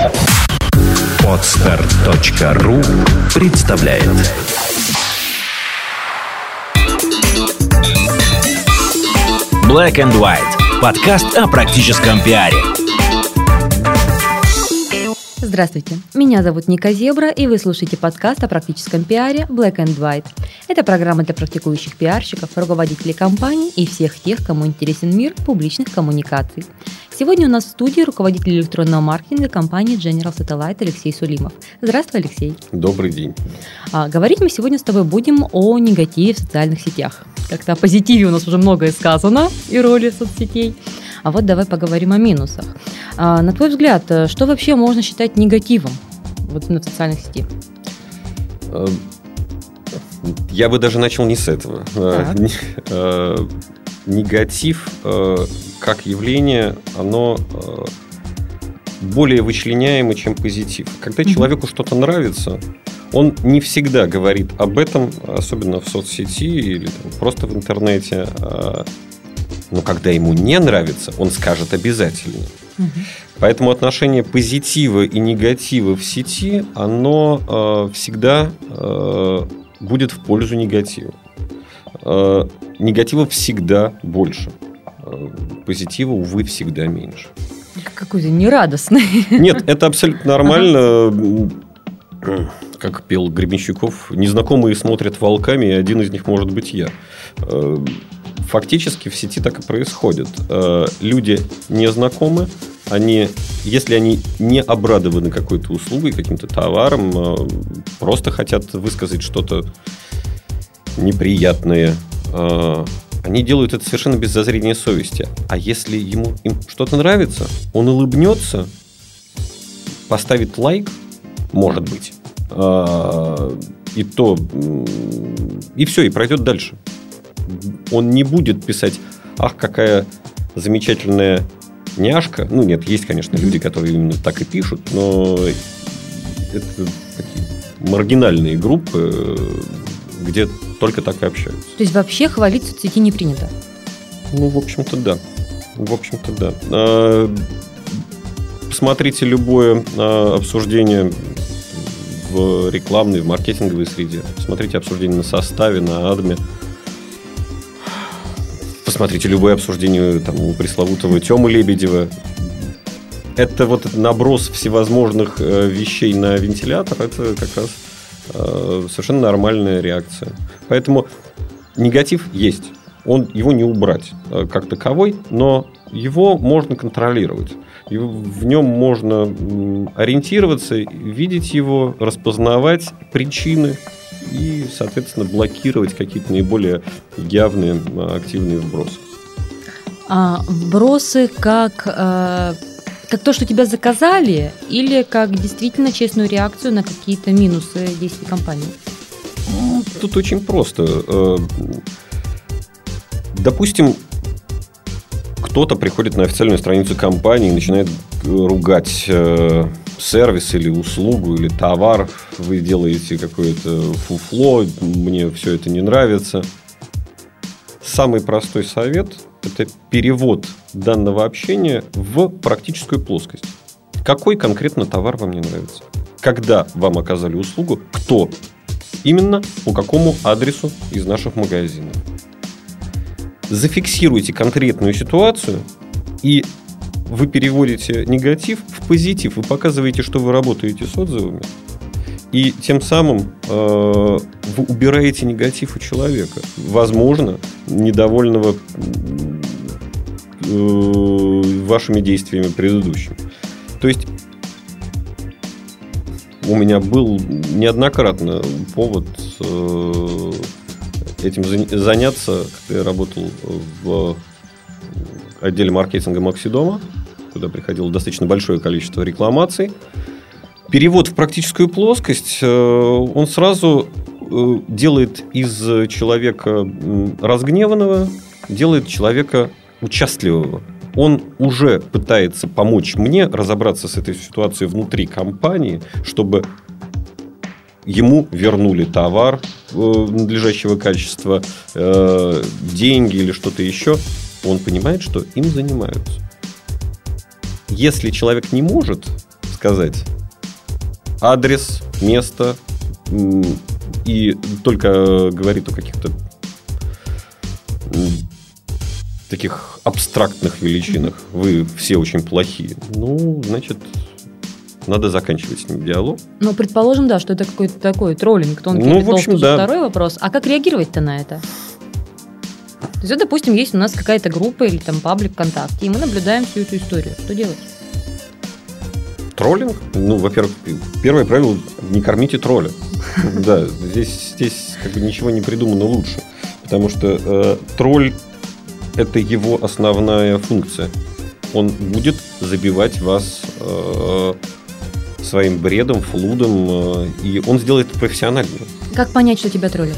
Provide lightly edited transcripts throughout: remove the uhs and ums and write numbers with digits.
Podster.ru представляет. Black and White. Подкаст о практическом пиаре. Здравствуйте, меня зовут Ника Зебра, и вы слушаете подкаст о практическом пиаре Black and White. Это программа для практикующих пиарщиков, руководителей компаний и всех тех, кому интересен мир публичных коммуникаций. Сегодня у нас в студии руководитель электронного маркетинга компании General Satellite Алексей Сулимов. Здравствуй, Алексей. Добрый день. Говорить мы сегодня с тобой будем о негативе в социальных сетях. Как-то о позитиве у нас уже многое сказано и роли соцсетей. А вот давай поговорим о минусах. На твой взгляд, что вообще можно считать негативом вот в социальных сетях? Я бы даже начал не с этого. Негатив как явление, оно более вычленяемо, чем позитив. Когда человеку что-то нравится, он не всегда говорит об этом, особенно в соцсети или просто в интернете. Но когда ему не нравится, он скажет обязательно. Поэтому отношение позитива и негатива в сети, оно всегда будет в пользу негатива. Негатива всегда больше. Позитива, увы, всегда меньше. Какой-то нерадостный. Нет, это абсолютно нормально. Как пел Гребенщиков, незнакомые смотрят волками, и один из них может быть я. Фактически в сети так и происходит. Люди незнакомы, если они не обрадованы какой-то услугой, каким-то товаром, просто хотят высказать что-то неприятное, они делают это совершенно без зазрения совести. А если им что-то нравится, он улыбнется, поставит лайк, может быть, и все, и пройдет дальше. Он не будет писать: ах, какая замечательная няшка. Ну, нет, есть, конечно, люди, которые именно так и пишут, но это такие маргинальные группы, где только так и общаются. То есть вообще хвалить в соцсети не принято? Ну, в общем-то, да. Посмотрите любое обсуждение в рекламной, в маркетинговой среде. Посмотрите обсуждение на составе, на адме. Посмотрите любое обсуждение у пресловутого Тёмы Лебедева. Это вот наброс всевозможных вещей на вентилятор. Это как раз совершенно нормальная реакция. Поэтому негатив есть. Его не убрать как таковой, но его можно контролировать. В нем можно ориентироваться, видеть его, распознавать причины и, соответственно, блокировать какие-то наиболее явные активные вбросы. Вбросы как то, что тебя заказали, или как действительно честную реакцию на какие-то минусы действий компании? Тут очень просто. Допустим, кто-то приходит на официальную страницу компании и начинает ругать сервис или услугу, или товар. Вы делаете какое-то фуфло, мне все это не нравится. Самый простой совет – это перевод данного общения в практическую плоскость. Какой конкретно товар вам не нравится? Когда вам оказали услугу? Кто? Именно по какому адресу из наших магазинов? Зафиксируйте конкретную ситуацию, и вы переводите негатив в позитив. Вы показываете, что вы работаете с отзывами, и тем самым вы убираете негатив у человека, возможно, недовольного вашими действиями предыдущими. То есть у меня был неоднократно повод этим заняться, когда я работал в отделе маркетинга Максидома, куда приходило достаточно большое количество рекламаций. Перевод в практическую плоскость, он сразу делает из человека разгневанного, делает человека участливого. Он уже пытается помочь мне разобраться с этой ситуацией внутри компании, чтобы ему вернули товар надлежащего качества, деньги или что-то еще. Он понимает, что им занимаются. Если человек не может сказать адрес, место и только говорит о каких-то таких абстрактных величинах. Вы все очень плохие. Ну, значит, надо заканчивать с ним диалог. Ну, предположим, да, что это какой-то такой троллинг, тонкий или толстый. Да. Второй вопрос. А как реагировать-то на это? То есть, вот, допустим, есть у нас какая-то группа или там паблик ВКонтакте, и мы наблюдаем всю эту историю. Что делать? Троллинг? Ну, во-первых, первое правило – не кормите тролля. Да, здесь как бы ничего не придумано лучше. Потому что тролль – это его основная функция. Он будет забивать вас своим бредом, флудом, и он сделает это профессионально. Как понять, что тебя троллят?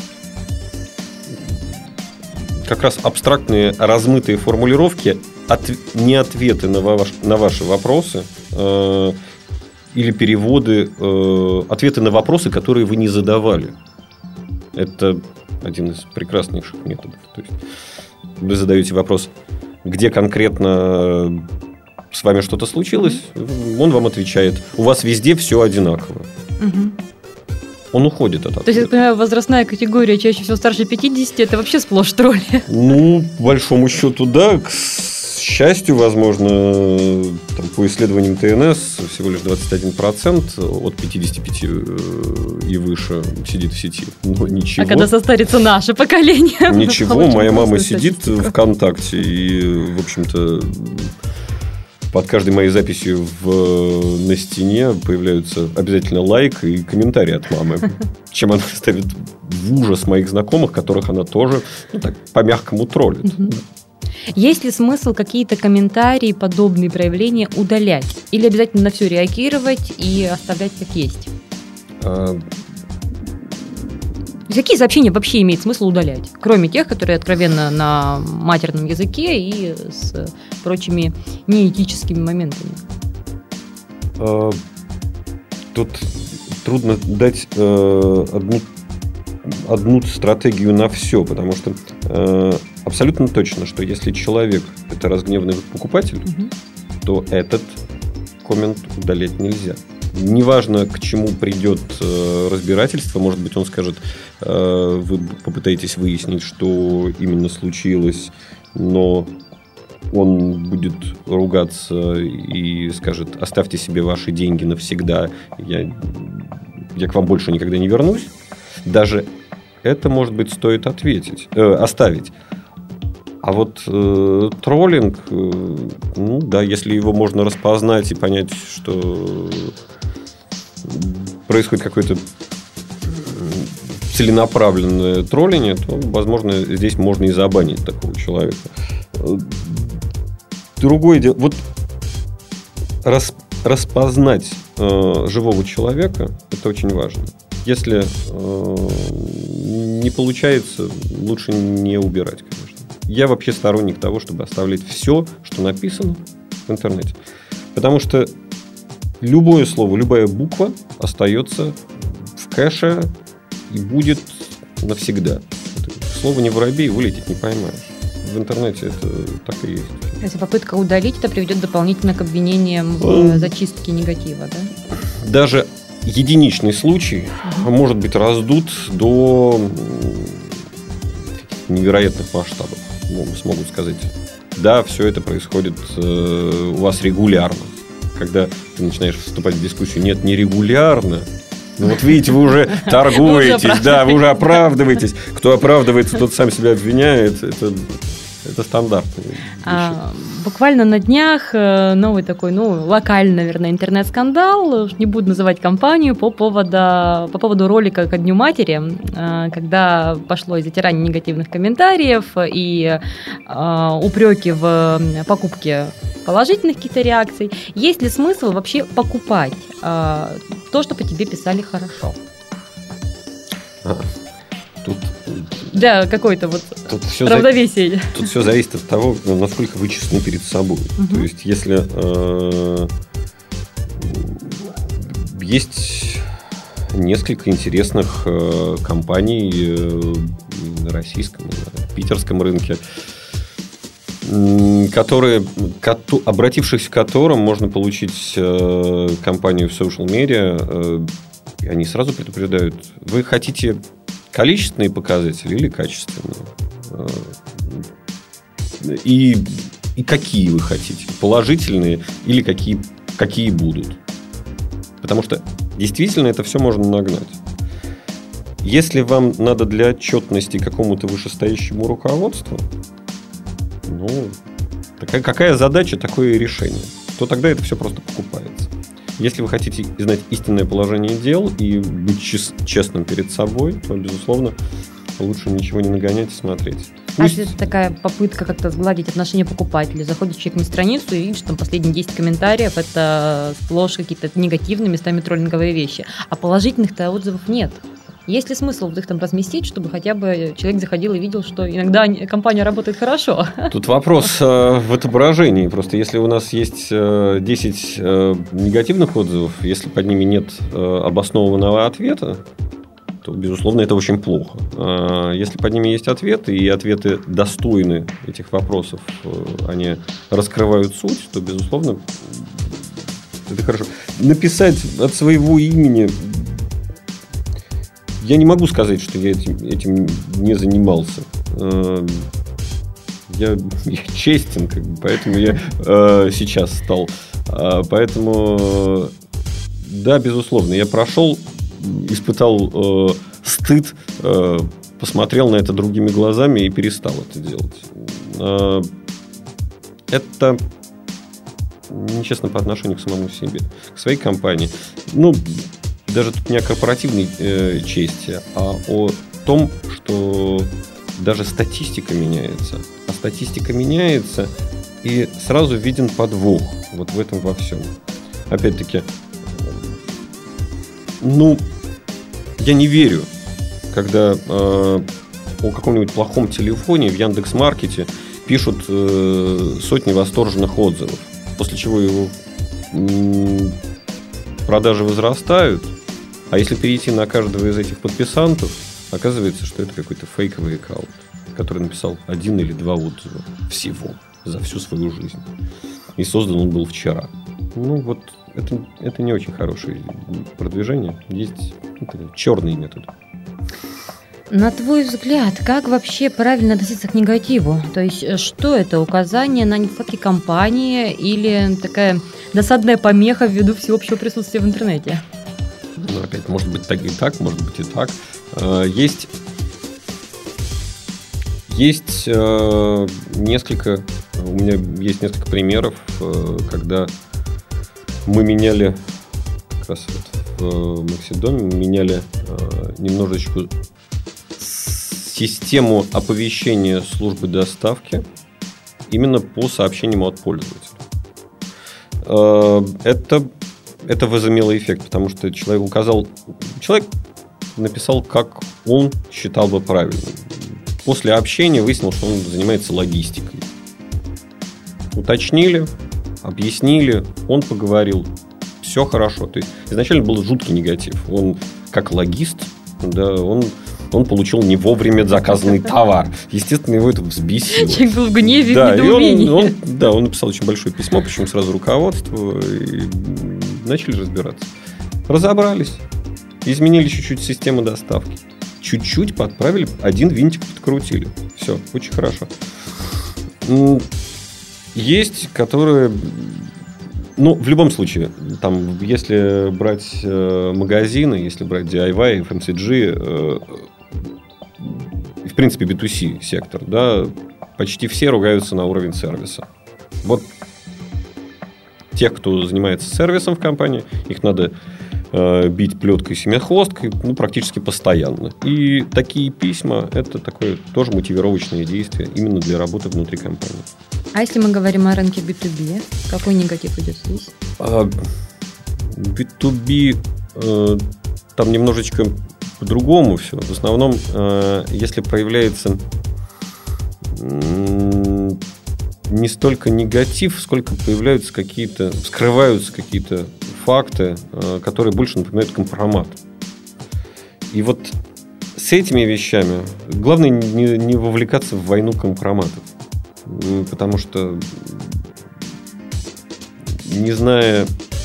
Как раз абстрактные, размытые формулировки, не ответы на ваши вопросы или переводы, ответы на вопросы, которые вы не задавали. Это один из прекраснейших методов. То есть вы задаете вопрос, где конкретно с вами что-то случилось, он вам отвечает. У вас везде все одинаково. Угу. Он уходит от ответа. То есть, я понимаю, возрастная категория чаще всего старше 50, это вообще сплошь тролли? Ну, по большому счету, да. К счастью, возможно, там, по исследованиям ТНС всего лишь 21% от 55 и выше сидит в сети. Но ничего. А когда состарится наше поколение? Ничего, моя мама сидит ВКонтакте и, в общем-то, под каждой моей записью на стене появляются обязательно лайк и комментарий от мамы. Чем она ставит в ужас моих знакомых, которых она тоже так по-мягкому троллит. Есть ли смысл какие-то комментарии, подобные проявления удалять? Или обязательно на все реагировать и оставлять как есть? Какие сообщения вообще имеет смысл удалять? Кроме тех, которые откровенно на матерном языке и с прочими неэтическими моментами. Тут трудно дать одну стратегию на все, потому что абсолютно точно, что если человек – это разгневанный покупатель, то этот коммент удалять нельзя. Неважно, к чему придет разбирательство, может быть, он скажет, вы попытаетесь выяснить, что именно случилось, но он будет ругаться и скажет, оставьте себе ваши деньги навсегда, я к вам больше никогда не вернусь. Даже это, может быть, стоит оставить. А вот троллинг, ну да, если его можно распознать и понять, что происходит какое-то целенаправленное троллинг, то, возможно, здесь можно и забанить такого человека. Другое дело, вот распознать живого человека, это очень важно. Если не получается, лучше не убирать, конечно. Я вообще сторонник того, чтобы оставлять все, что написано в интернете. Потому что любое слово, любая буква остается в кэше и будет навсегда. Слово не воробей, вылететь не поймаешь. В интернете это так и есть. Если попытка удалить, это приведет дополнительно к обвинениям в зачистке негатива, да? Даже единичный случай может быть раздут до невероятных масштабов. Смогут сказать, да, все это происходит у вас регулярно. Когда ты начинаешь вступать в дискуссию, нет, не регулярно. Ну вот видите, вы уже торгуетесь, да, вы уже оправдываетесь. Кто оправдывается, тот сам себя обвиняет. Это стандартно. Буквально на днях новый такой, локальный, наверное, интернет-скандал. Не буду называть компанию по поводу ролика ко Дню матери, когда пошло из затирания негативных комментариев и упреки в покупке положительных каких-то реакций. Есть ли смысл вообще покупать то, что по тебе писали хорошо? Да, какой-то вот равновесие. Тут все зависит от того, насколько вы честны перед собой. То есть, если есть несколько интересных компаний на российском, на питерском рынке, обратившись к которым, можно получить компанию в social media. Они сразу предупреждают: вы хотите количественные показатели или качественные? И какие вы хотите? Положительные или какие будут? Потому что действительно это все можно нагнать. Если вам надо для отчетности какому-то вышестоящему руководству, какая задача, такое и решение, то тогда это все просто покупается. Если вы хотите знать истинное положение дел и быть честным перед собой, то, безусловно, лучше ничего не нагонять и смотреть. Если это такая попытка как-то сгладить отношения покупателей, заходит человек на страницу и видит, что там последние 10 комментариев – это сплошь какие-то негативные, местами троллинговые вещи, а положительных-то отзывов нет. Есть ли смысл их там разместить, чтобы хотя бы человек заходил и видел, что иногда компания работает хорошо? Тут вопрос в отображении. Просто если у нас есть 10 негативных отзывов, если под ними нет обоснованного ответа, то, безусловно, это очень плохо. Если под ними есть ответы, и ответы достойны этих вопросов, они раскрывают суть, то, безусловно, это хорошо. Написать от своего имени... Я не могу сказать, что я этим не занимался. Я честен, поэтому я сейчас стал. Поэтому, да, безусловно, я прошел, испытал стыд, посмотрел на это другими глазами и перестал это делать. Это нечестно по отношению к самому себе, к своей компании. Даже тут не о корпоративной чести, а о том, что даже статистика меняется. А статистика меняется, и сразу виден подвох вот в этом во всем. Опять-таки, я не верю, когда о каком-нибудь плохом телефоне в Яндекс.Маркете пишут сотни восторженных отзывов, после чего его продажи возрастают. А если перейти на каждого из этих подписантов, оказывается, что это какой-то фейковый аккаунт, который написал 1 или 2 отзыва всего за всю свою жизнь. И создан он был вчера. Это не очень хорошее продвижение. Есть черные методы. На твой взгляд, как вообще правильно относиться к негативу? То есть, что это? Указание на недостатки компании или такая досадная помеха ввиду всеобщего присутствия в интернете? Опять, может быть, так и так, может быть, и так. Есть несколько... У меня есть несколько примеров, когда мы меняли... Как раз в Максидоме мы меняли немножечко систему оповещения службы доставки именно по сообщениям от пользователя. Это возымело эффект, потому что человек написал, как он считал бы правильным. После общения выяснил, что он занимается логистикой. Уточнили, объяснили, он поговорил, все хорошо. То есть изначально был жуткий негатив. Он как логист, да, он получил не вовремя заказанный товар. Естественно, его это взбесило. Человек был в гневе, в недоумении. Он написал очень большое письмо, причем сразу руководству, и начали разбираться. Разобрались. Изменили чуть-чуть систему доставки. Чуть-чуть подправили, один винтик подкрутили. Все, очень хорошо. Есть, которые... в любом случае, там, если брать магазины, если брать DIY, FMCG, в принципе, B2C сектор, да, почти все ругаются на уровень сервиса. Вот тех, кто занимается сервисом в компании, их надо бить плеткой семихвосткой, практически постоянно. И такие письма – это такое тоже мотивировочное действие именно для работы внутри компании. А если мы говорим о рынке B2B, какой негатив идет здесь? B2B там немножечко по-другому все. В основном, если проявляется не столько негатив, сколько вскрываются какие-то факты, которые больше напоминают компромат. И вот с этими вещами главное не вовлекаться в войну компроматов. потому что, не зная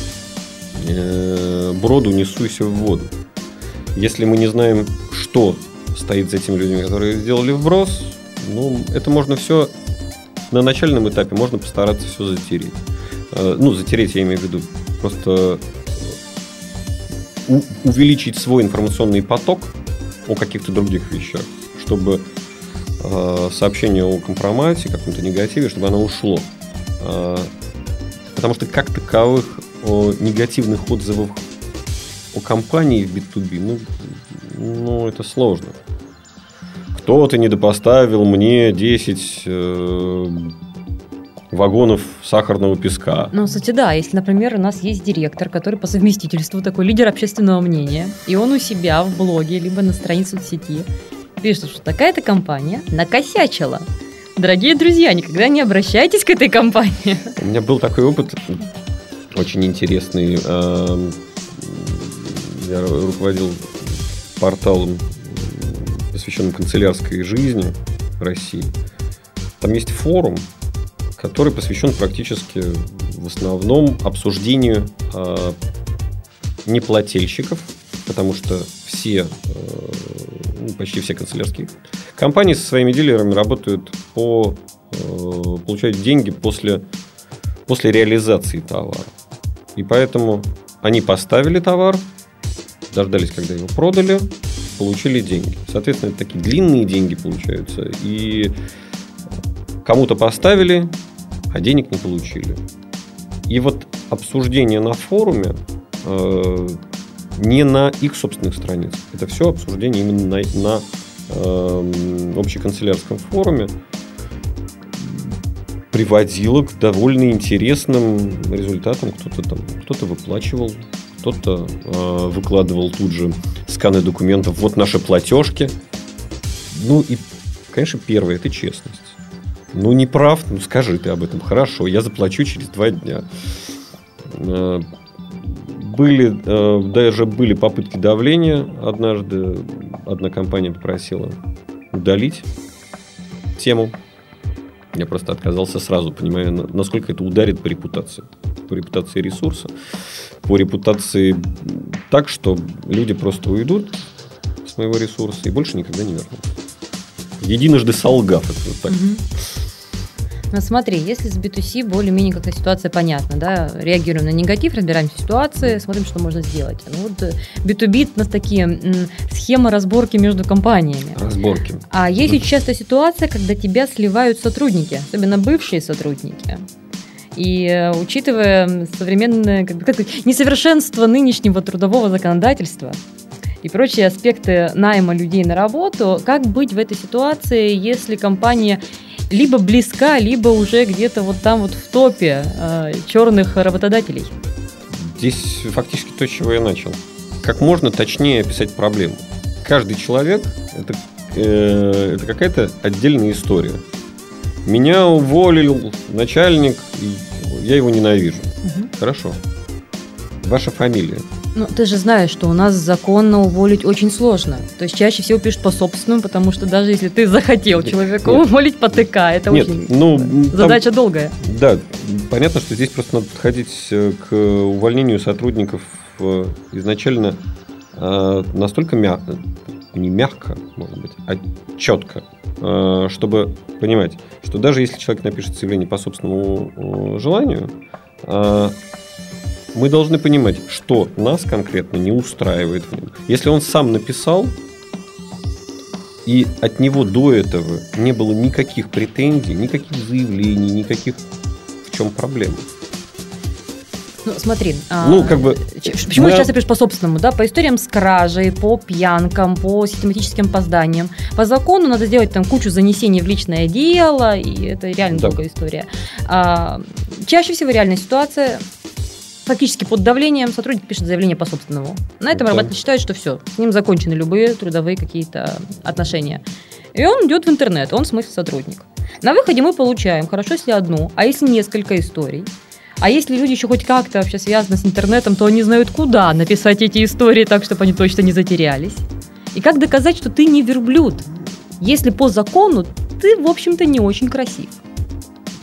броду, не суйся в воду. Если мы не знаем, что стоит за этими людьми, которые сделали вброс, это можно все на начальном этапе, можно постараться все затереть. Затереть я имею в виду просто увеличить свой информационный поток о каких-то других вещах, чтобы сообщение о компромате, каком-то негативе, чтобы оно ушло. Потому что как таковых негативных отзывов о компании в B2B, это сложно. Кто-то недопоставил мне 10 вагонов сахарного песка. Кстати, да, если, например, у нас есть директор, который по совместительству такой лидер общественного мнения, и он у себя в блоге, либо на странице соцсети пишет, что такая-то компания накосячила. Дорогие друзья, никогда не обращайтесь к этой компании. У меня был такой опыт очень интересный. Я руководил порталом, посвященным канцелярской жизни в России. Там есть форум, который посвящен практически в основном обсуждению неплательщиков, потому что почти все канцелярские компании со своими дилерами работают получают деньги после реализации товара. И поэтому они поставили товар, дождались, когда его продали, получили деньги. Соответственно, это такие длинные деньги получаются. И кому-то поставили, а денег не получили. И вот обсуждение на форуме не на их собственных страницах. Это все обсуждение именно на общеканцелярском форуме приводило к довольно интересным результатам. Кто-то выплачивал, кто-то выкладывал тут же сканы документов. Вот наши платежки. И, конечно, первое – это честность. Не прав, скажи ты об этом. Хорошо, я заплачу через 2 дня. Даже были попытки давления. Однажды одна компания попросила удалить тему. Я просто отказался сразу, понимая, насколько это ударит по репутации. По репутации ресурса. По репутации так, что люди просто уйдут с моего ресурса и больше никогда не вернутся. Единожды солгав. Это вот так. Смотри, если с B2C более-менее как-то ситуация понятна, да, реагируем на негатив, разбираемся в ситуации, смотрим, что можно сделать. B2B у нас такие схемы разборки между компаниями. Разборки. А есть очень частая ситуация, когда тебя сливают сотрудники, особенно бывшие сотрудники. И учитывая современное несовершенство нынешнего трудового законодательства и прочие аспекты найма людей на работу, как быть в этой ситуации, если компания либо близка, либо уже где-то вот там вот в топе черных работодателей? Здесь фактически то, с чего я начал. Как можно точнее описать проблему. Каждый человек – это какая-то отдельная история. Меня уволил начальник, я его ненавижу. Угу. Хорошо. Ваша фамилия? Ты же знаешь, что у нас законно уволить очень сложно. То есть чаще всего пишут по собственному, потому что даже если ты захотел человека уволить по ТК, это очень задача долгая. Да, понятно, что здесь просто надо подходить к увольнению сотрудников изначально настолько не мягко, может быть, а четко, чтобы понимать, что даже если человек напишет заявление по собственному желанию, мы должны понимать, что нас конкретно не устраивает в нем. Если он сам написал, и от него до этого не было никаких претензий, никаких заявлений, никаких... В чем проблема? Смотри, почему я часто пишу по собственному, да, по историям с кражей, по пьянкам, по систематическим опозданиям. По закону надо сделать там кучу занесений в личное дело, и это реально долгая история. Чаще всего реальная ситуация... Фактически под давлением сотрудник пишет заявление по собственному. На этом работодатель считает, что все, с ним закончены любые трудовые какие-то отношения. И он идет в интернет, он в смысле сотрудник. На выходе мы получаем, хорошо, если одну, а если несколько историй. А если люди еще хоть как-то вообще связаны с интернетом, то они знают, куда написать эти истории так, чтобы они точно не затерялись. И как доказать, что ты не верблюд, если по закону ты, в общем-то, не очень красив.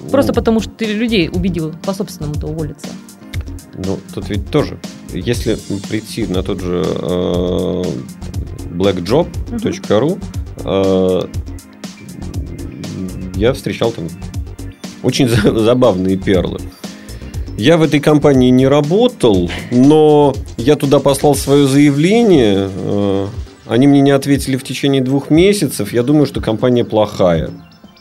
Просто потому, что ты людей убедил по собственному-то уволиться. Ну, тут ведь тоже. Если прийти на тот же blackjob.ru, я встречал там очень забавные перлы. Я в этой компании не работал, но я туда послал свое заявление. Они мне не ответили в течение 2 месяцев. Я думаю, что компания плохая.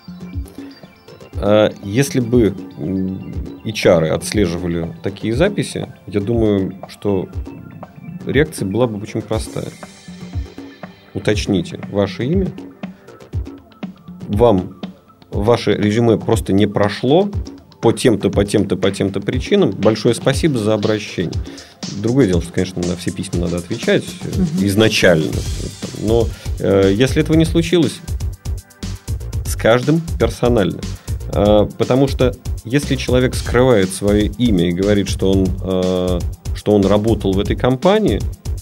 Если бы HR отслеживали такие записи, я думаю, что реакция была бы очень простая. Уточните ваше имя. Вам ваше резюме просто не прошло по тем-то причинам. Большое спасибо за обращение. Другое дело, что, конечно, на все письма надо отвечать изначально. Но если этого не случилось, с каждым персонально. Потому что если человек скрывает свое имя и говорит, что он работал в этой компании,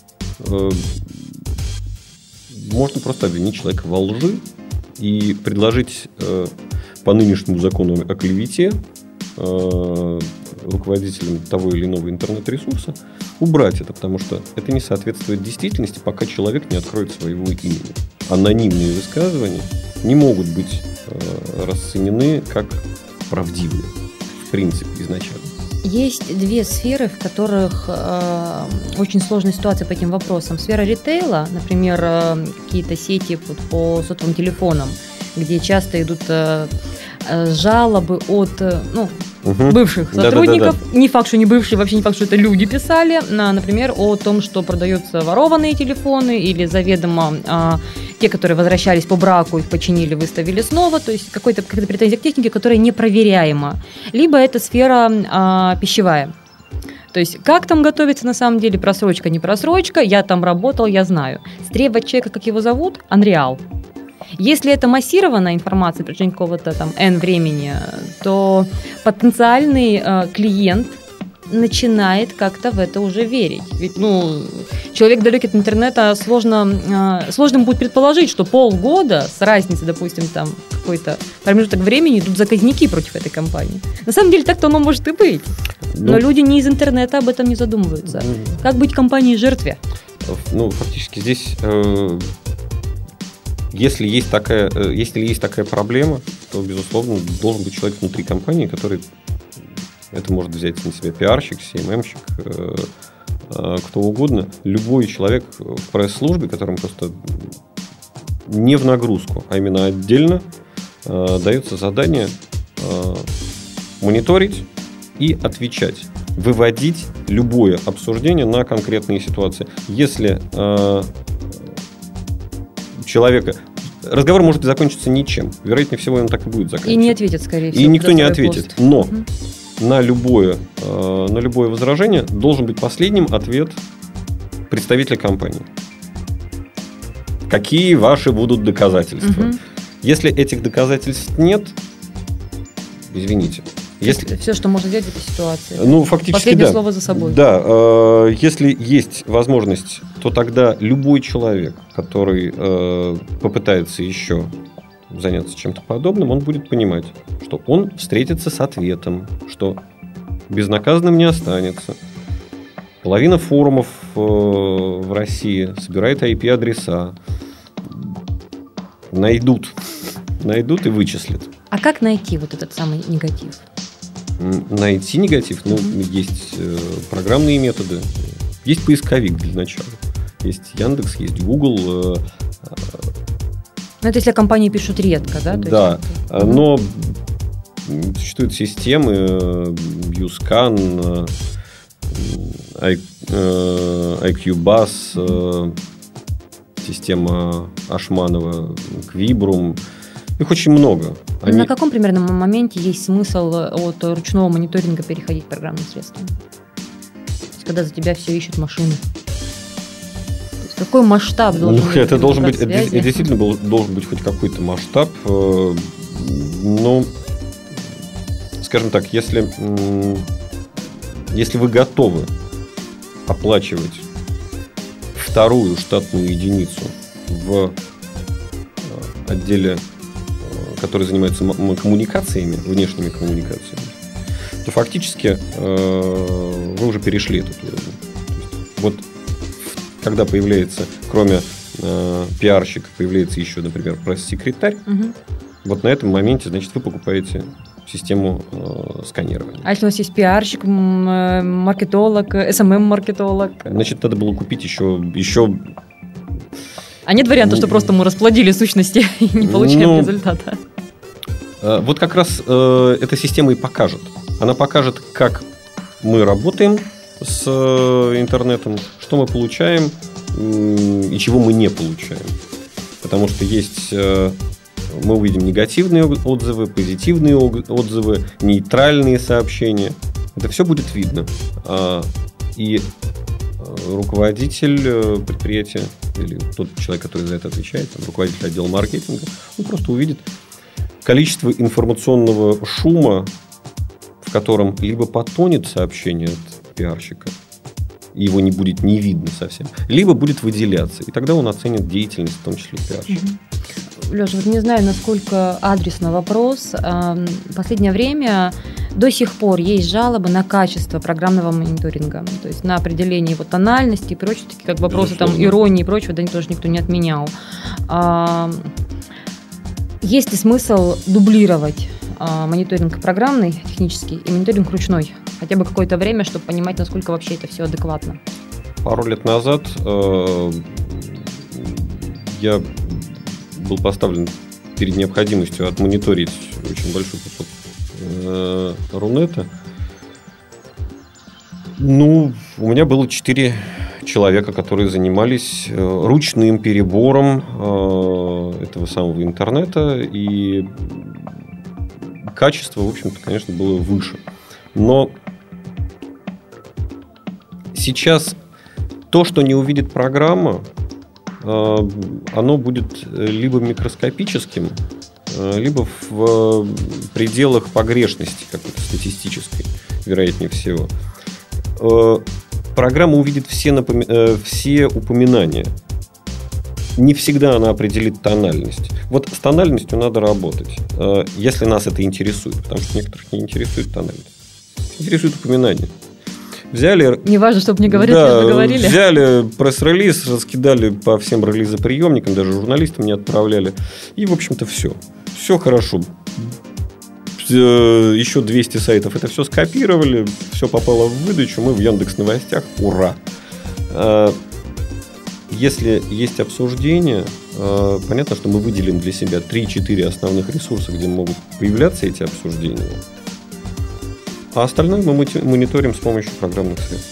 можно просто обвинить человека во лжи и предложить по нынешнему закону о клевете руководителям того или иного интернет-ресурса убрать это, потому что это не соответствует действительности, пока человек не откроет своего имени. Анонимные высказывания не могут быть расценены как правдивые, в принципе, изначально. Есть 2 сферы, в которых очень сложная ситуация по этим вопросам. Сфера ритейла, например, какие-то сети по сотовым телефонам, где часто идут жалобы от бывших сотрудников. Да. Не факт, что не бывшие, вообще не факт, что это люди писали. Например, о том, что продаются ворованные телефоны или заведомо те, которые возвращались по браку, их починили, выставили снова. То есть какая-то претензия к технике, которая непроверяема. Либо это сфера пищевая. То есть как там готовится на самом деле, просрочка, не просрочка, я там работал, я знаю. Стребовать человека, как его зовут, Unreal. Если это массированная информация в течение какого-то там N времени, то потенциальный клиент начинает как-то в это уже верить. Ведь, человек далекий от интернета, сложно будет предположить, что полгода с разницей, допустим, там какой-то промежуток времени идут заказники против этой компании. На самом деле так-то оно может и быть. Но люди не из интернета об этом не задумываются. Как быть компанией жертве? Фактически здесь... Если есть такая проблема, то, безусловно, должен быть человек внутри компании, который это может взять на себя пиарщик, CMM-щик, кто угодно. Любой человек в пресс-службе, которому просто не в нагрузку, а именно отдельно дается задание мониторить и отвечать, выводить любое обсуждение на конкретные ситуации. Если человека... Разговор может закончиться ничем. Вероятнее всего, он так и будет заканчиваться. И не ответит, скорее всего. И никто не ответит. Пост. Но на любое возражение должен быть последним ответ представителя компании. Какие ваши будут доказательства? Если этих доказательств нет, извините. Все, что можно делать в этой ситуации. Фактически, последнее слово за собой. Да. Если есть возможность, то тогда любой человек, который попытается еще заняться чем-то подобным, он будет понимать, что он встретится с ответом, что безнаказанным не останется. Половина форумов в России собирает IP-адреса. Найдут и вычислят. А как найти вот этот самый негатив? Найти негатив? Есть программные методы. Есть поисковик для начала. Есть Яндекс, есть Google. Это если компании пишут редко, да? Да, но существуют системы ViewScan, IQBuzz, система Ашманова, Quibrum. Их очень много. На каком примерно моменте есть смысл от ручного мониторинга переходить к программным средствам? Когда за тебя все ищут машины. Какой масштаб должен быть? Это действительно должен быть хоть какой-то масштаб. Но, скажем так, если вы готовы оплачивать вторую штатную единицу в отделе, которые занимаются коммуникациями, внешними коммуникациями, то фактически вы уже перешли этот уровень. Вот когда появляется, кроме пиарщика, появляется еще, например, пресс-секретарь, вот на этом моменте, значит, вы покупаете систему сканирования. А если у нас есть пиарщик, маркетолог, SMM-маркетолог? Значит, надо было купить еще... А нет варианта, что просто мы расплодили сущности и не получаем результата? Вот как раз эта система и покажет. Она покажет, как мы работаем с интернетом, что мы получаем и чего мы не получаем. Потому что есть... Мы увидим негативные отзывы, позитивные отзывы, нейтральные сообщения. Это все будет видно. И руководитель предприятия или тот человек, который за это отвечает, руководитель отдела маркетинга, он просто увидит количество информационного шума, в котором либо потонет сообщение от пиарщика, и его не будет не видно совсем, либо будет выделяться. И тогда он оценит деятельность, в том числе пиарщика. Леша, вот не знаю, насколько адресно вопрос. В последнее время до сих пор есть жалобы на качество программного мониторинга, то есть на определение его тональности и прочее, такие как вопросы там, иронии и прочего, да, тоже никто не отменял. Есть ли смысл дублировать мониторинг программный, технический, и мониторинг ручной? Хотя бы какое-то время, чтобы понимать, насколько вообще это все адекватно. Пару лет назад я был поставлен перед необходимостью отмониторить очень большой кусок Рунета. У меня было 4 человека, которые занимались ручным перебором этого самого интернета, и качество, в общем-то, конечно, было выше. Но сейчас то, что не увидит программа, оно будет либо микроскопическим, либо в пределах погрешности какой-то статистической, вероятнее всего. Программа увидит все упоминания. Не всегда она определит тональность. Вот с тональностью надо работать, если нас это интересует, потому что некоторых не интересует тональность. Интересует упоминание. Взяли... Не важно, чтобы не говорить, лишь бы говорили. Взяли пресс-релиз, раскидали по всем релизоприемникам, даже журналистам не отправляли. И, в общем-то, все. Все хорошо. Еще 200 сайтов это все скопировали, все попало в выдачу, мы в Яндекс.Новостях. Ура! Если есть обсуждение, понятно, что мы выделим для себя 3-4 основных ресурса, где могут появляться эти обсуждения. А остальное мы мониторим с помощью программных средств.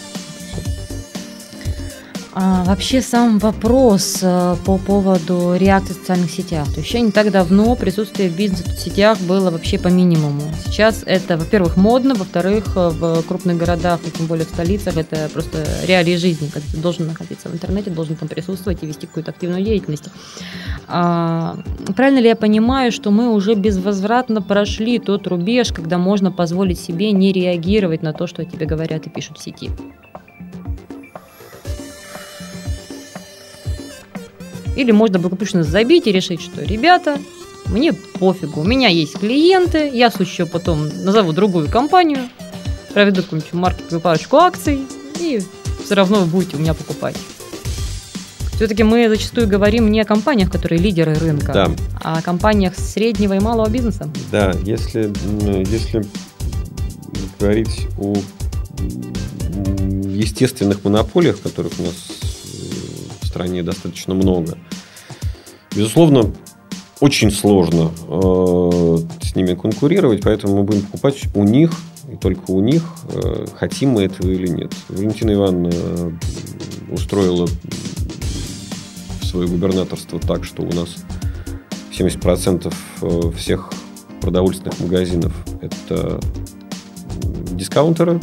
Вообще сам вопрос по поводу реакции в социальных сетях. То есть еще не так давно присутствие в бизнес-сетях было вообще по минимуму. Сейчас это, во-первых, модно, во-вторых, в крупных городах, и тем более в столицах, это просто реалии жизни, когда ты должен находиться в интернете, должен там присутствовать и вести какую-то активную деятельность. Правильно ли я понимаю, что мы уже безвозвратно прошли тот рубеж, когда можно позволить себе не реагировать на то, что о тебе говорят и пишут в сети? Или можно благополучно забить и решить, что, ребята, мне пофигу, у меня есть клиенты, я в случае потом назову другую компанию, проведу какую-нибудь маркетинговую парочку акций, и все равно вы будете у меня покупать. Все-таки мы зачастую говорим не о компаниях, которые лидеры рынка, да, а о компаниях среднего и малого бизнеса. Да, если говорить о естественных монополиях, которых у нас в стране достаточно много, безусловно, очень сложно с ними конкурировать, поэтому мы будем покупать у них, и только у них, хотим мы этого или нет. Валентина Ивановна устроила свое губернаторство так, что у нас 70% всех продовольственных магазинов – это дискаунтеры,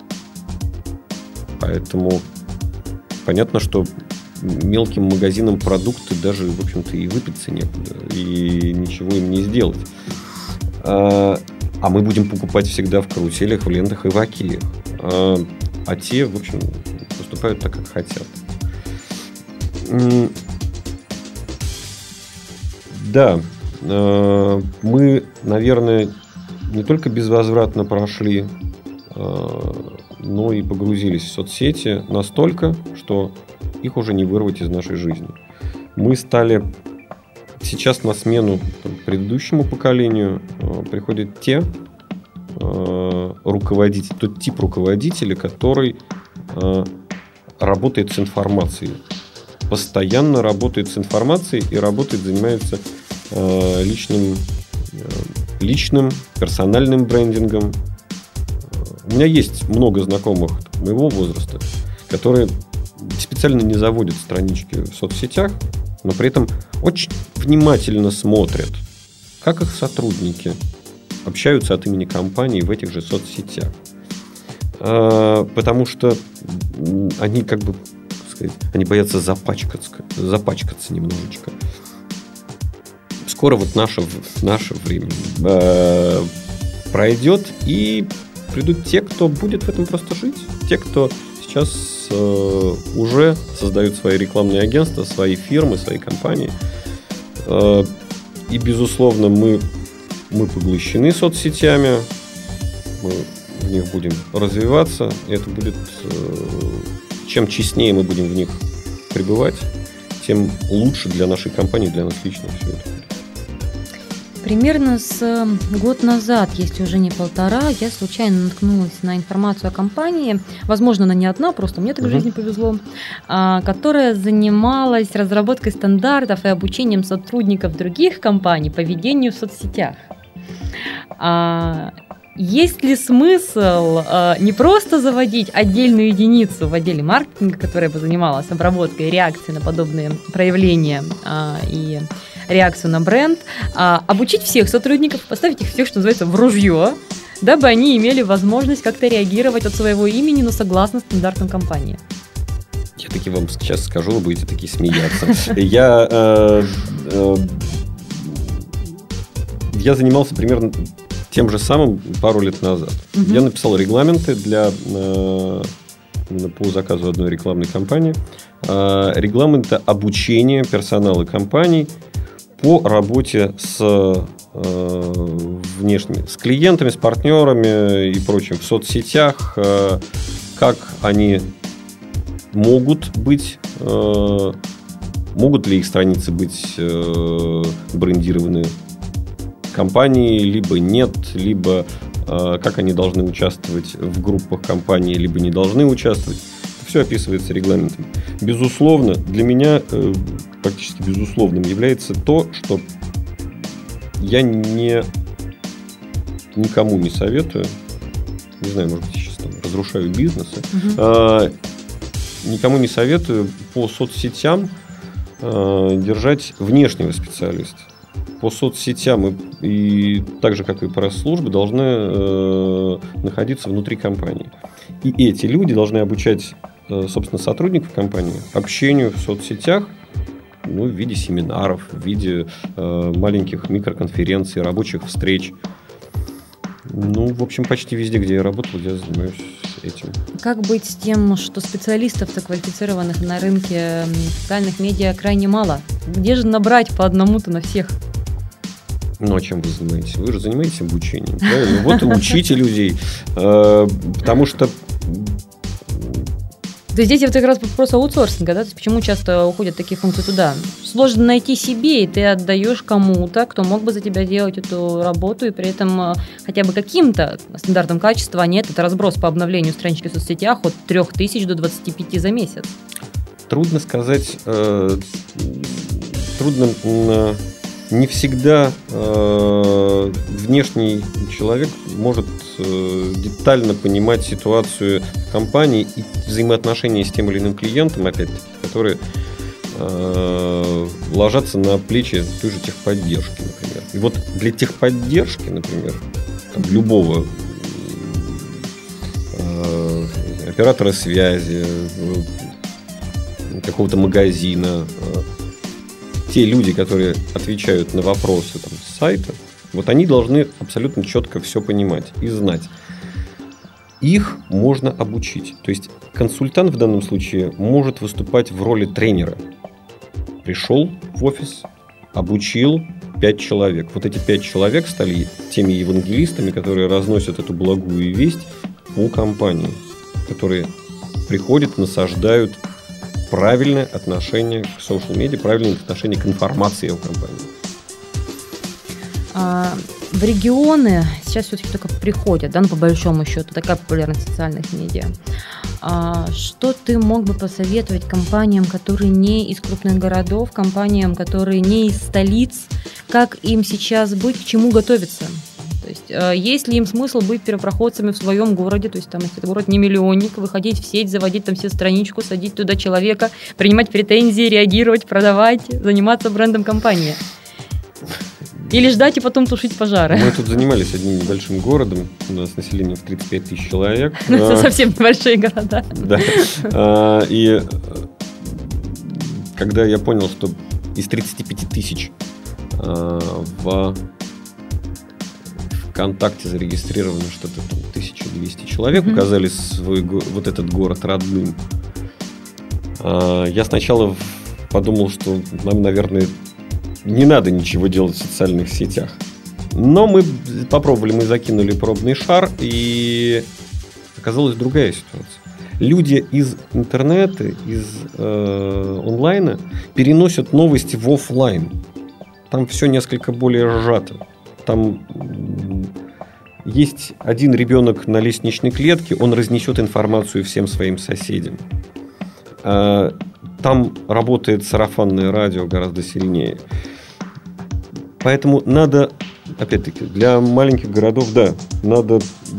поэтому понятно, что мелким магазинам продукты даже, в общем-то, и выпиться некуда, и ничего им не сделать. А мы будем покупать всегда в каруселях, в лентах и в океях. А те, в общем, поступают так, как хотят. Да, мы, наверное, не только безвозвратно прошли, но и погрузились в соцсети настолько, что их уже не вырвать из нашей жизни. Мы стали... Сейчас на смену предыдущему поколению приходят те руководители, тот тип руководителя, который работает с информацией. Постоянно работает с информацией и занимается личным персональным брендингом. У меня есть много знакомых моего возраста, которые специально не заводят странички в соцсетях, но при этом очень внимательно смотрят, как их сотрудники общаются от имени компании в этих же соцсетях. Потому что они, они боятся запачкаться немножечко. Скоро вот наше время пройдет, и придут те, кто будет в этом просто жить. Те, кто сейчас уже создают свои рекламные агентства, свои фирмы, свои компании. И, безусловно, мы поглощены соцсетями, мы в них будем развиваться. И это будет... Чем честнее мы будем в них пребывать, тем лучше для нашей компании, для нас лично все это будет. Примерно с год назад, если уже не полтора, я случайно наткнулась на информацию о компании, возможно, она не одна, просто мне так в жизни повезло, которая занималась разработкой стандартов и обучением сотрудников других компаний по ведению в соцсетях. Есть ли смысл не просто заводить отдельную единицу в отделе маркетинга, которая бы занималась обработкой реакции на подобные проявления и реакцию на бренд, обучить всех сотрудников, поставить их всех, что называется, в ружье, дабы они имели возможность как-то реагировать от своего имени, но согласно стандартам компании? Я таки вам сейчас скажу, вы будете таки смеяться. Я занимался примерно тем же самым пару лет назад. Я написал регламенты по заказу одной рекламной кампании. Регламенты обучения персонала компаний по работе с внешними, с клиентами, с партнерами и прочим в соцсетях, как они могут ли их страницы быть брендированы компании, либо нет, либо как они должны участвовать в группах компании, либо не должны участвовать. Это все описывается регламентом. Безусловно, для меня практически безусловным является то, что я никому не советую, не знаю, может быть, сейчас разрушаю бизнесы, никому не советую по соцсетям держать внешнего специалиста. По соцсетям и так же, как и пресс-службы, должны находиться внутри компании. И эти люди должны обучать, собственно, сотрудников компании общению в соцсетях, в виде семинаров, в виде маленьких микроконференций, рабочих встреч. В общем, почти везде, где я работал, я занимаюсь этим. Как быть с тем, что специалистов-то квалифицированных на рынке социальных медиа крайне мало? Где же набрать по одному-то на всех? А чем вы занимаетесь? Вы же занимаетесь обучением, правильно? Вот и учите людей. Потому что... То есть здесь вот как раз вопрос аутсорсинга, да? То есть почему часто уходят такие функции туда? Сложно найти себе, и ты отдаешь кому-то, кто мог бы за тебя делать эту работу, и при этом хотя бы каким-то стандартом качества, а нет, это разброс по обновлению странички в соцсетях от 3000 до 25 за месяц. Трудно сказать, не всегда внешний человек может детально понимать ситуацию компании и взаимоотношения с тем или иным клиентом, опять-таки, которые ложатся на плечи той же техподдержки, например. И вот для техподдержки, например, любого оператора связи, какого-то магазина, те люди, которые отвечают на вопросы с сайта, вот они должны абсолютно четко все понимать и знать. Их можно обучить. То есть консультант в данном случае может выступать в роли тренера. Пришел в офис, обучил 5 человек. Вот эти 5 человек стали теми евангелистами, которые разносят эту благую весть по компании, которые приходят, насаждают правильное отношение к social-медиа, правильное отношение к информации о компании. В регионы сейчас все-таки только приходят, да, ну, по большому счету, такая популярность социальных медиа. Что ты мог бы посоветовать компаниям, которые не из крупных городов, компаниям, которые не из столиц, как им сейчас быть, к чему готовиться? То есть, есть ли им смысл быть первопроходцами в своем городе, то есть там, если это город не миллионник, выходить в сеть, заводить там все страничку, садить туда человека, принимать претензии, реагировать, продавать, заниматься брендом компании? Или ждать и потом тушить пожары? Мы тут занимались одним небольшим городом, у нас население в 35 тысяч человек. Это совсем небольшие города. Да. И когда я понял, что из 35 тысяч в ВКонтакте зарегистрировано что-то там 1200 человек, указали свой вот этот город родным. Я сначала подумал, что нам, наверное, не надо ничего делать в социальных сетях. Но мы попробовали, мы закинули пробный шар, и оказалась другая ситуация. Люди из интернета, из онлайна переносят новости в офлайн. Там все несколько более сжато. Там есть один ребенок на лестничной клетке, он разнесет информацию всем своим соседям. Там работает сарафанное радио гораздо сильнее. Поэтому надо, опять-таки, для маленьких городов, да, надо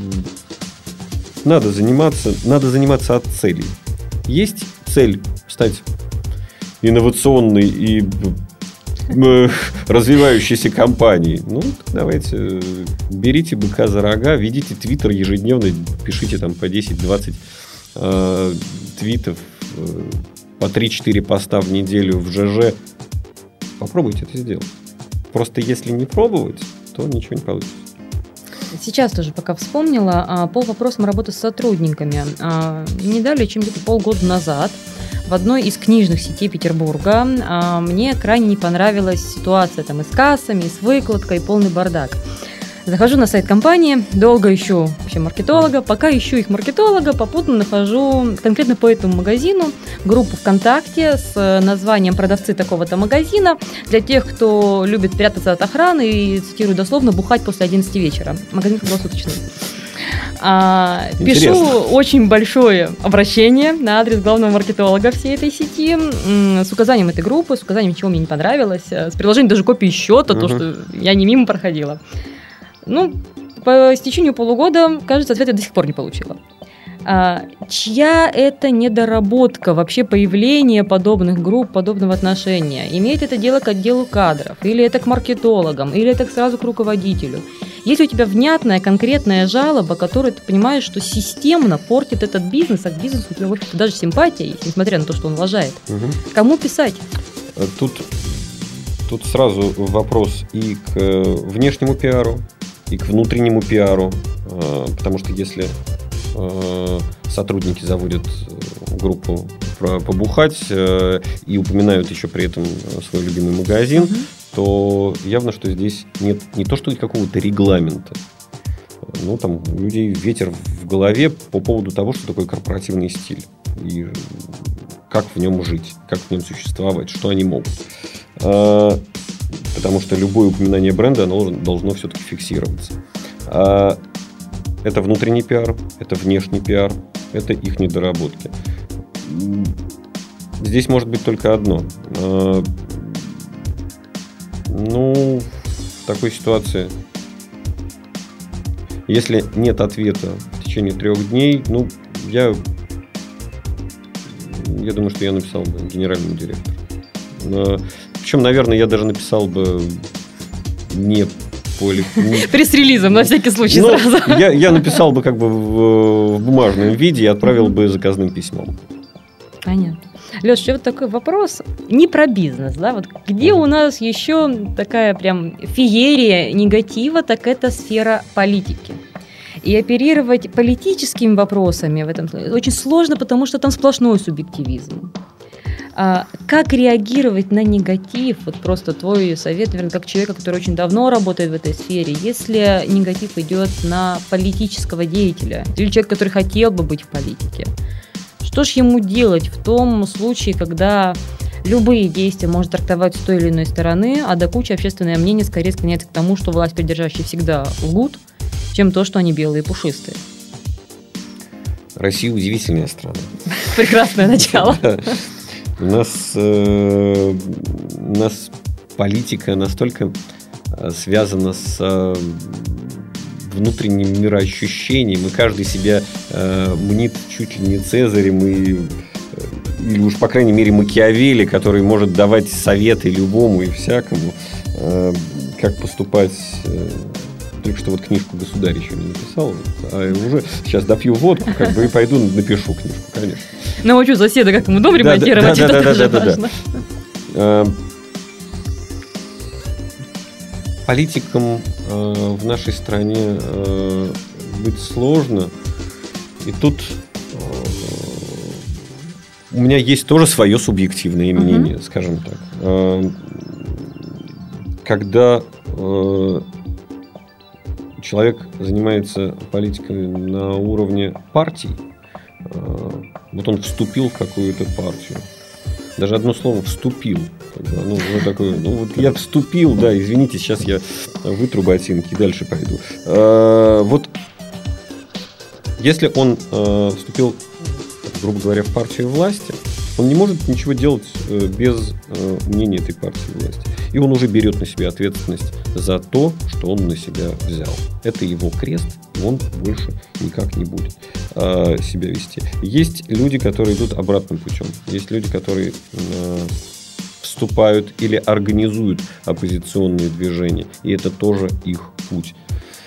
заниматься от целей. Есть цель стать инновационной и развивающейся компанией. Ну, давайте, берите быка за рога, ведите твиттер ежедневно, пишите там по 10-20 твитов, по 3-4 поста в неделю в ЖЖ. Попробуйте это сделать. Просто если не пробовать, то ничего не получится. Сейчас тоже пока вспомнила по вопросам работы с сотрудниками. Не далее, чем где-то полгода назад в одной из книжных сетей Петербурга мне крайне не понравилась ситуация там и с кассами, и с выкладкой, и полный бардак. Захожу на сайт компании, долго ищу вообще маркетолога. Пока ищу их маркетолога, попутно нахожу конкретно по этому магазину группу ВКонтакте с названием «Продавцы такого-то магазина» для тех, кто любит прятаться от охраны и, цитирую дословно, бухать после 11 вечера. Магазин круглосуточный. Пишу очень большое обращение на адрес главного маркетолога всей этой сети с указанием этой группы, с указанием, чего мне не понравилось, с приложением даже копии счета, то, что я не мимо проходила. Ну, по истечению полугода, кажется, ответа я до сих пор не получила. Чья это недоработка, вообще появление подобных групп, подобного отношения? Имеет это дело к отделу кадров? Или это к маркетологам? Или это сразу к руководителю? Есть у тебя внятная, конкретная жалоба, которую ты понимаешь, что системно портит этот бизнес, а к бизнесу у тебя, в общем-то, даже симпатия есть, несмотря на то, что он лажает. Кому писать? Тут сразу вопрос и к внешнему пиару, и к внутреннему пиару, потому что если сотрудники заводят группу побухать и упоминают еще при этом свой любимый магазин, то явно, что здесь нет не то, что какого-то регламента. Ну, там у людей ветер в голове по поводу того, что такое корпоративный стиль. И как в нем жить, как в нем существовать, что они могут. Потому что любое упоминание бренда, оно должно все-таки фиксироваться. Это внутренний пиар, это внешний пиар, это их недоработки. Здесь может быть только одно. Ну, в такой ситуации, если нет ответа в течение 3 дней, ну, я думаю, что я написал бы генеральному директору. Причем, наверное, я даже написал бы не пресс-релизом, на всякий случай, сразу. Я написал бы как бы в бумажном виде и отправил бы заказным письмом. Понятно. Леш, еще вот такой вопрос, не про бизнес, да, вот где у нас еще такая прям феерия негатива, так это сфера политики. И оперировать политическими вопросами в этом случае очень сложно, потому что там сплошной субъективизм. Как реагировать на негатив? Вот просто твой совет, наверное, как человека, который очень давно работает в этой сфере. Если негатив идет на политического деятеля или человек, который хотел бы быть в политике, что ж ему делать в том случае, когда любые действия можно трактовать с той или иной стороны, а до кучи общественное мнение скорее склоняется к тому, что власть придержащие всегда лгут, чем то, что они белые и пушистые? Россия удивительная страна. Прекрасное начало. У нас политика настолько связана с внутренним мироощущением, и каждый себя мнит чуть ли не Цезарем, или уж, по крайней мере, Макиавелли, который может давать советы любому и всякому, как поступать. Только что вот книжку «Государь» еще не написал, а уже сейчас допью водку, и пойду напишу книжку, конечно. Научу соседа, как ему дом ремонтировать, это тоже важно. Политикам в нашей стране быть сложно. И тут у меня есть тоже свое субъективное мнение, скажем так. Когда человек занимается политикой на уровне партий, вот он вступил в какую-то партию. Даже одно слово «вступил». Вот я вступил, да, извините, сейчас я вытру ботинки и дальше пойду. Вот если он вступил, грубо говоря, в партию власти, он не может ничего делать без мнения этой партии власти. И он уже берет на себя ответственность за то, что он на себя взял. Это его крест, и он больше никак не будет себя вести. Есть люди, которые идут обратным путем. Есть люди, которые вступают или организуют оппозиционные движения. И это тоже их путь.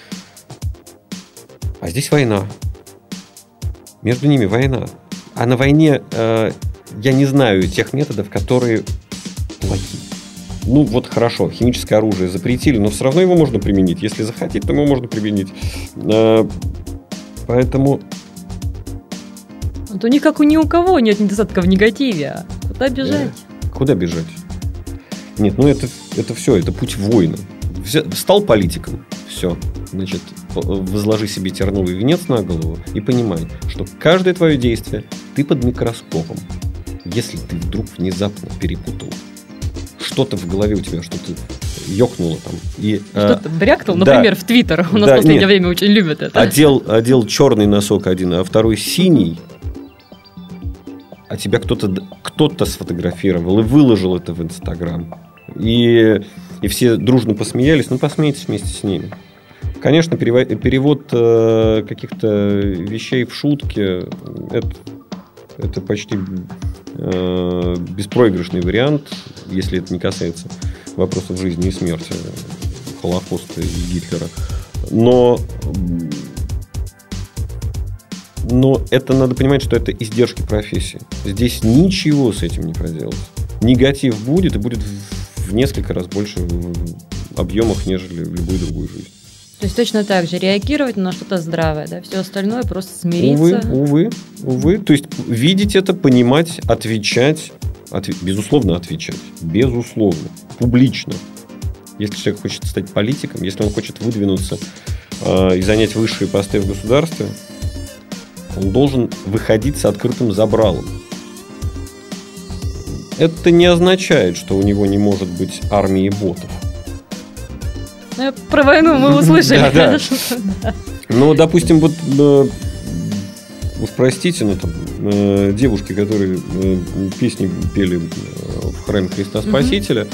А здесь война. Между ними война. А на войне я не знаю тех методов, которые плохие. Ну, вот хорошо, химическое оружие запретили, но все равно его можно применить. Если захотеть, то его можно применить. Поэтому... То никак ни у кого нет недостатка в негативе. Куда бежать? Куда бежать? Нет, ну это все, это путь воина. Стал политиком, все. Значит, возложи себе терновый венец на голову и понимай, что каждое твое действие ты под микроскопом. Если ты вдруг внезапно перепутал, что-то в голове у тебя, что-то ёкнуло там. И, что-то брякнул, например, в Твиттер. У нас в последнее время очень любят это. Одел черный носок один, а второй синий. А тебя кто-то сфотографировал и выложил это в Инстаграм. И все дружно посмеялись. Ну, посмейтесь вместе с ними. Конечно, перевод каких-то вещей в шутки это почти беспроигрышный вариант, если это не касается вопросов жизни и смерти, Холокоста и Гитлера. Но это надо понимать, что это издержки профессии. Здесь ничего с этим не проделать. Негатив будет, и будет в несколько раз больше в объемах, нежели в любой другой жизни. То есть точно так же реагировать на что-то здравое, да? Все остальное просто смириться. Увы. То есть видеть это, понимать, отвечать, безусловно отвечать, безусловно, публично. Если человек хочет стать политиком, если он хочет выдвинуться и занять высшие посты в государстве, он должен выходить с открытым забралом. Это не означает, что у него не может быть армии ботов. Про войну мы услышали. Да. Ну, допустим, вот уж простите, но там девушки, которые песни пели в храме Христа Спасителя,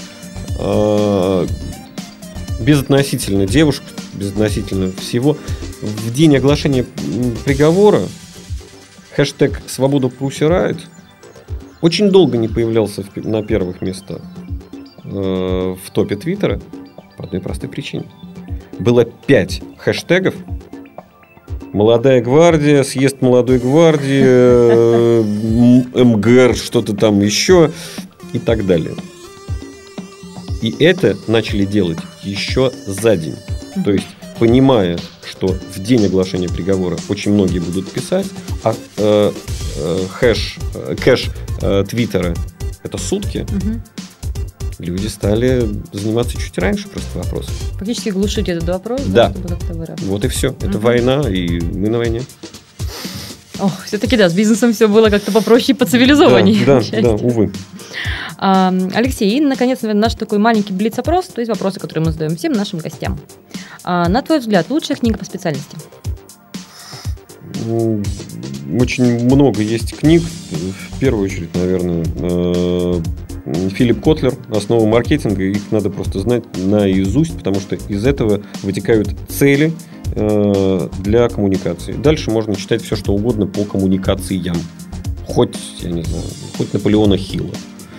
безотносительно девушек, безотносительно всего, в день оглашения приговора хэштег «Свобода прусирает» очень долго не появлялся на первых местах в топе Твиттера. По одной простой причине. Было 5 хэштегов: «Молодая гвардия», «Съезд молодой гвардии», «МГР», что-то там еще и так далее. И это начали делать еще за день. То есть, понимая, что в день оглашения приговора очень многие будут писать, а кэш Твиттера это сутки, люди стали заниматься чуть раньше просто вопросом. Фактически глушить этот вопрос, да, чтобы как-то выравнивать. Вот и все. Это война, и мы на войне. Ох, все-таки да, с бизнесом все было как-то попроще и поцивилизованнее. Да, увы. Алексей, и, наконец, наш такой маленький блиц-опрос, то есть вопросы, которые мы задаем всем нашим гостям. На твой взгляд, лучшая книга по специальности? Очень много есть книг. В первую очередь, наверное, Филипп Котлер «Основы маркетинга». Их надо просто знать наизусть, потому что из этого вытекают цели для коммуникации. Дальше можно читать все, что угодно по коммуникациям. Хоть, я не знаю, хоть Наполеона Хилла.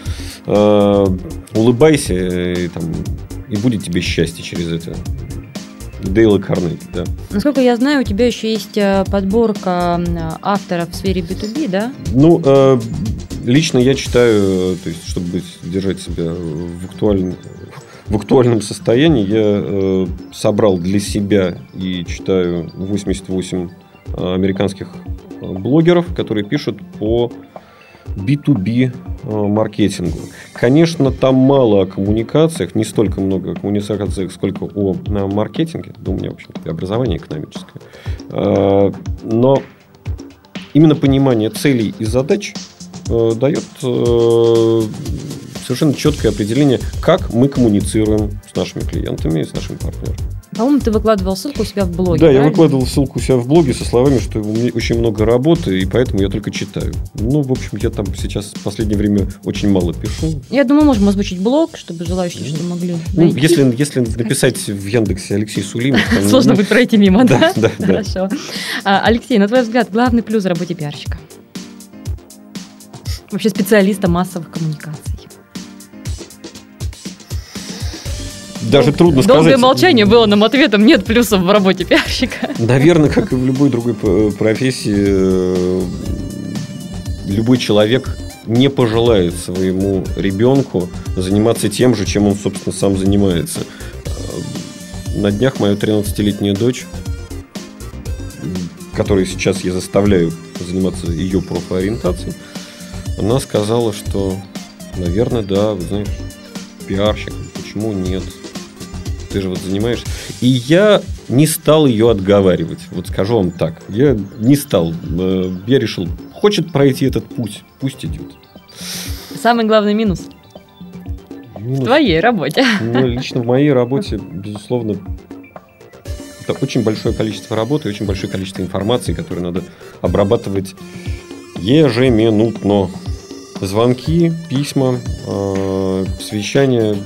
Улыбайся, и будет тебе счастье через это. Дейла Карнеги, да. Насколько я знаю, у тебя еще есть подборка авторов в сфере B2B, да? Ну, лично я читаю, то есть, чтобы держать себя в актуальном состоянии, я собрал для себя и читаю 88 американских блогеров, которые пишут по B2B маркетингу. Конечно, там мало о коммуникациях, не столько много о коммуникациях, сколько о маркетинге. Да, у меня, в общем-то, образование экономическое. Но именно понимание целей и задач дает совершенно четкое определение, как мы коммуницируем с нашими клиентами и с нашими партнерами. По-моему, ты выкладывал ссылку у себя в блоге. Да, правильно? я выкладывал ссылку у себя в блоге со словами, что у меня очень много работы, и поэтому я только читаю. Ну, в общем, я там сейчас в последнее время очень мало пишу. Я думаю, можем озвучить блог, чтобы желающие что могли найти. Если написать в Яндексе Алексей Сулимов... Сложно будет пройти мимо, да? Да. Хорошо. Алексей, на твой взгляд, главный плюс в работе пиарщика? Вообще специалиста массовых коммуникаций. Даже трудно сказать. Долгое молчание было нам ответом: нет плюсов в работе пиарщика. Наверное, как и в любой другой профессии, любой человек не пожелает своему ребенку заниматься тем же, чем он, собственно, сам занимается. На днях моя 13-летняя дочь, которой сейчас я заставляю заниматься ее профориентацией, она сказала, что, наверное, да, вы знаешь, пиарщик, почему нет? Ты же вот занимаешься. И я не стал ее отговаривать. Вот скажу вам так. Я не стал. Я решил, хочет пройти этот путь, пусть идет. Самый главный минус в твоей работе. Ну, лично в моей работе, безусловно, это очень большое количество работы и очень большое количество информации, которую надо обрабатывать ежеминутно. Звонки, письма, совещания.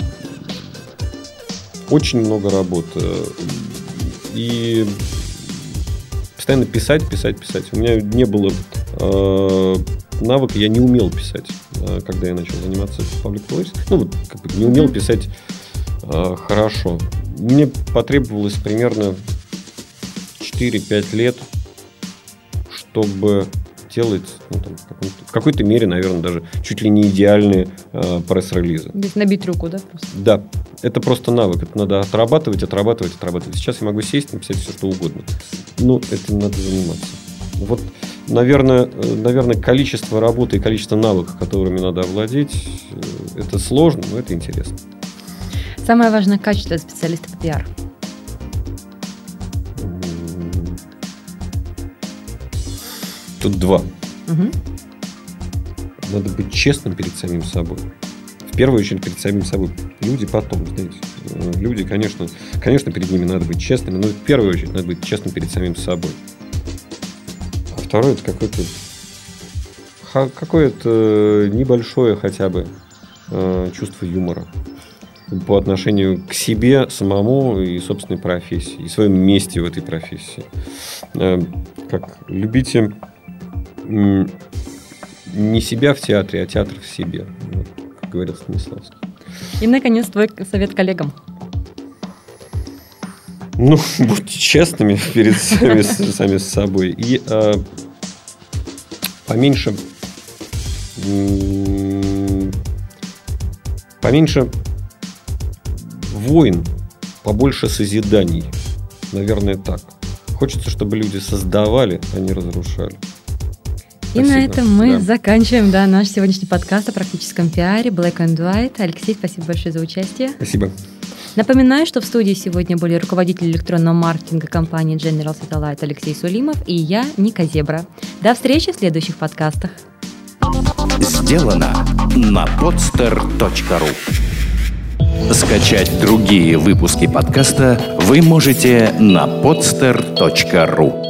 Очень много работы. И постоянно писать. У меня не было навыка, я не умел писать, когда я начал заниматься public relations. Ну, вот, как бы не умел писать хорошо. Мне потребовалось примерно 4-5 лет, чтобы делать, ну, там, в какой-то мере, наверное, даже чуть ли не идеальные пресс-релизы. Здесь набить руку, да? Просто? Да, это просто навык. Это надо отрабатывать. Сейчас я могу сесть, написать все, что угодно. Но этим надо заниматься. Вот, наверное, количество работы и количество навыков, которыми надо овладеть, это сложно, но это интересно. Самое важное качество специалиста по пиару? Тут два. Надо быть честным перед самим собой. В первую очередь перед самим собой. Люди потом, знаете. Люди, конечно, перед ними надо быть честными, но в первую очередь надо быть честным перед самим собой. А второе, это какое-то небольшое хотя бы чувство юмора по отношению к себе самому и собственной профессии, и своем месте в этой профессии. Любите не себя в театре, а театр в себе, вот, как говорил Станиславский. И, наконец, твой совет коллегам. Ну, будьте честными перед сами с собой. И поменьше войн, побольше созиданий. Наверное, так. Хочется, чтобы люди создавали, а не разрушали. И на этом мы заканчиваем наш сегодняшний подкаст о практическом пиаре Black and White. Алексей, спасибо большое за участие. Спасибо. Напоминаю, что в студии сегодня были руководитель электронного маркетинга компании General Satellite Алексей Сулимов и я, Ника Зебра. До встречи в следующих подкастах. Сделано на podster.ru. Скачать другие выпуски подкаста вы можете на podster.ru.